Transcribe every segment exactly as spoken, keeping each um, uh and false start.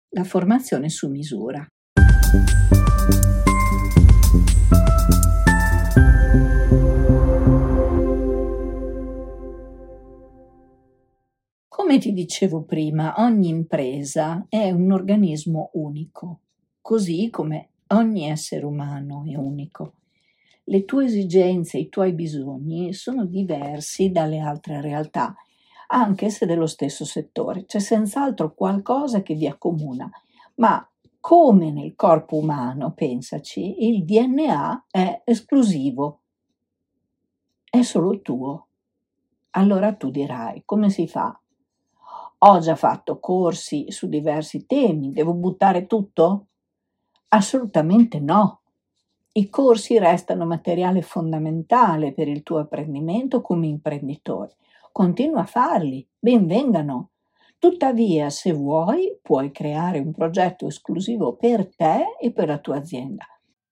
la formazione su misura. Come ti dicevo prima, ogni impresa è un organismo unico, così come ogni essere umano è unico. Le tue esigenze, i tuoi bisogni sono diversi dalle altre realtà, anche se dello stesso settore. C'è senz'altro qualcosa che vi accomuna, ma come nel corpo umano, pensaci, il D N A è esclusivo, è solo tuo. Allora tu dirai, come si fa? Ho già fatto corsi su diversi temi, devo buttare tutto? Assolutamente no. I corsi restano materiale fondamentale per il tuo apprendimento come imprenditore. Continua a farli, ben vengano. Tuttavia, se vuoi, puoi creare un progetto esclusivo per te e per la tua azienda.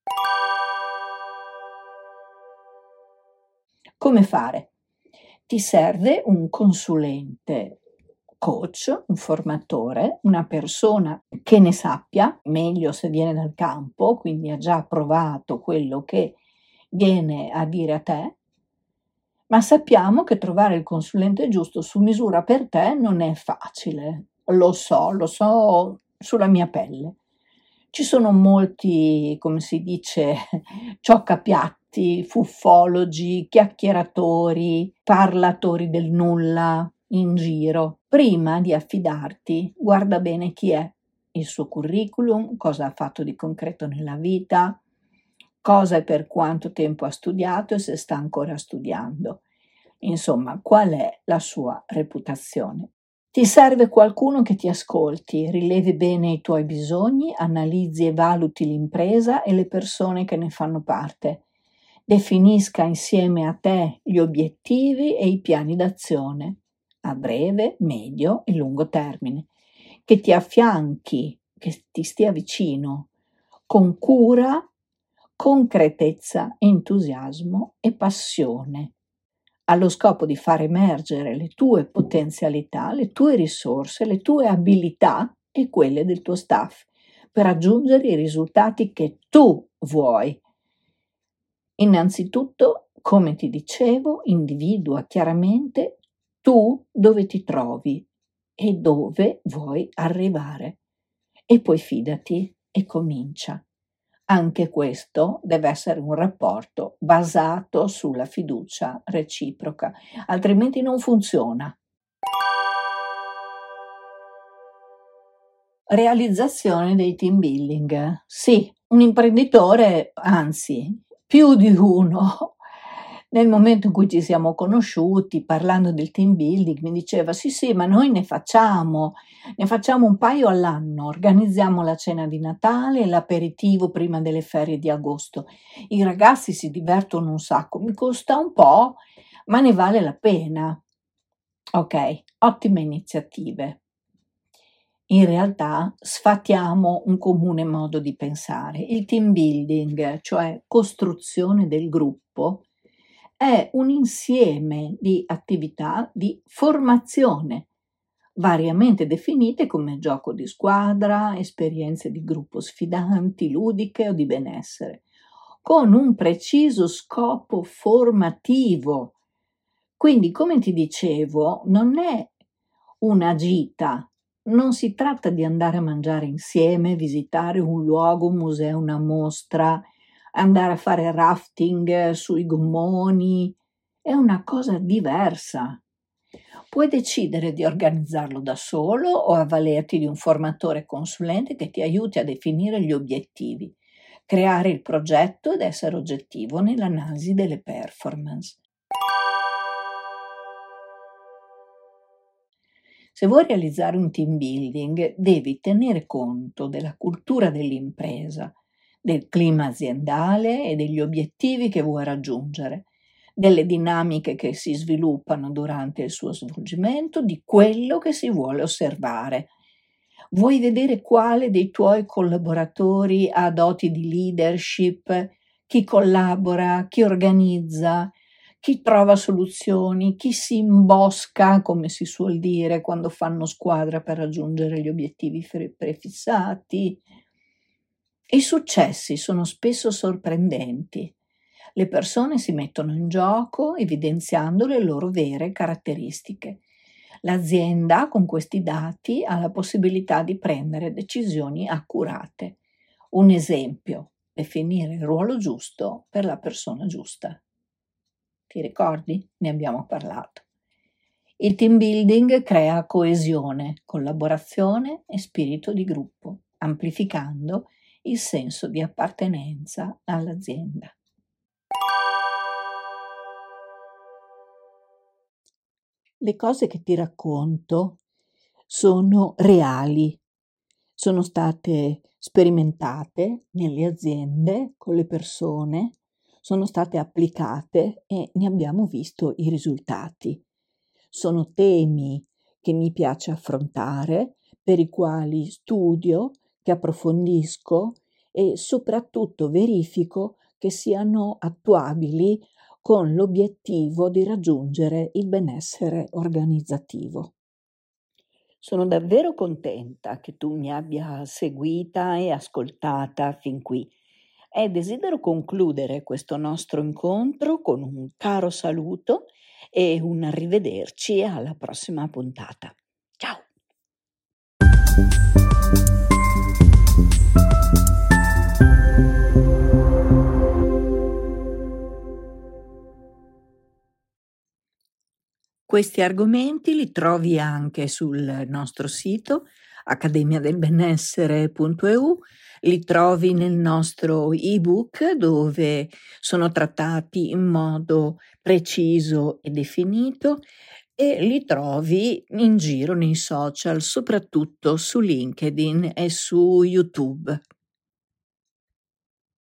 Come fare? Ti serve un consulente coach, un formatore, una persona che ne sappia, meglio se viene dal campo, quindi ha già provato quello che viene a dire a te, ma sappiamo che trovare il consulente giusto su misura per te non è facile, lo so, lo so sulla mia pelle. Ci sono molti, come si dice, cioccapiatti, fuffologi, chiacchieratori, parlatori del nulla in giro. Prima di affidarti, guarda bene chi è, il suo curriculum, cosa ha fatto di concreto nella vita, cosa e per quanto tempo ha studiato e se sta ancora studiando. Insomma, qual è la sua reputazione? Ti serve qualcuno che ti ascolti, rilevi bene i tuoi bisogni, analizzi e valuti l'impresa e le persone che ne fanno parte. Definisca insieme a te gli obiettivi e i piani d'azione a breve, medio e lungo termine, che ti affianchi, che ti stia vicino, con cura, concretezza, entusiasmo e passione, allo scopo di far emergere le tue potenzialità, le tue risorse, le tue abilità e quelle del tuo staff, per raggiungere i risultati che tu vuoi. Innanzitutto, come ti dicevo, individua chiaramente tu dove ti trovi e dove vuoi arrivare. E poi fidati e comincia. Anche questo deve essere un rapporto basato sulla fiducia reciproca, altrimenti non funziona. Realizzazione dei team building. Sì, un imprenditore, anzi, più di uno, nel momento in cui ci siamo conosciuti, parlando del team building, mi diceva sì sì, ma noi ne facciamo, ne facciamo un paio all'anno, organizziamo la cena di Natale e l'aperitivo prima delle ferie di agosto. I ragazzi si divertono un sacco, mi costa un po', ma ne vale la pena. Ok, ottime iniziative. In realtà sfatiamo un comune modo di pensare. Il team building, cioè costruzione del gruppo, è un insieme di attività di formazione, variamente definite come gioco di squadra, esperienze di gruppo sfidanti, ludiche o di benessere, con un preciso scopo formativo. Quindi, come ti dicevo, non è una gita. Non si tratta di andare a mangiare insieme, visitare un luogo, un museo, una mostra, andare a fare rafting sui gommoni. È una cosa diversa. Puoi decidere di organizzarlo da solo o avvalerti di un formatore consulente che ti aiuti a definire gli obiettivi, creare il progetto ed essere oggettivo nell'analisi delle performance. Se vuoi realizzare un team building, devi tenere conto della cultura dell'impresa, del clima aziendale e degli obiettivi che vuoi raggiungere, delle dinamiche che si sviluppano durante il suo svolgimento, di quello che si vuole osservare. Vuoi vedere quale dei tuoi collaboratori ha doti di leadership, chi collabora, chi organizza, chi trova soluzioni, chi si imbosca, come si suol dire, quando fanno squadra per raggiungere gli obiettivi fre- prefissati. I successi sono spesso sorprendenti. Le persone si mettono in gioco evidenziando le loro vere caratteristiche. L'azienda con questi dati ha la possibilità di prendere decisioni accurate. Un esempio, definire il ruolo giusto per la persona giusta. Ti ricordi? Ne abbiamo parlato. Il team building crea coesione, collaborazione e spirito di gruppo, amplificando il senso di appartenenza all'azienda. Le cose che ti racconto sono reali, sono state sperimentate nelle aziende, con le persone, sono state applicate e ne abbiamo visto i risultati. Sono temi che mi piace affrontare, per i quali studio, che approfondisco e soprattutto verifico che siano attuabili con l'obiettivo di raggiungere il benessere organizzativo. Sono davvero contenta che tu mi abbia seguita e ascoltata fin qui e desidero concludere questo nostro incontro con un caro saluto e un arrivederci alla prossima puntata. Ciao! Questi argomenti li trovi anche sul nostro sito accademia del benessere punto e u, li trovi nel nostro ebook dove sono trattati in modo preciso e definito e li trovi in giro nei social, soprattutto su LinkedIn e su YouTube.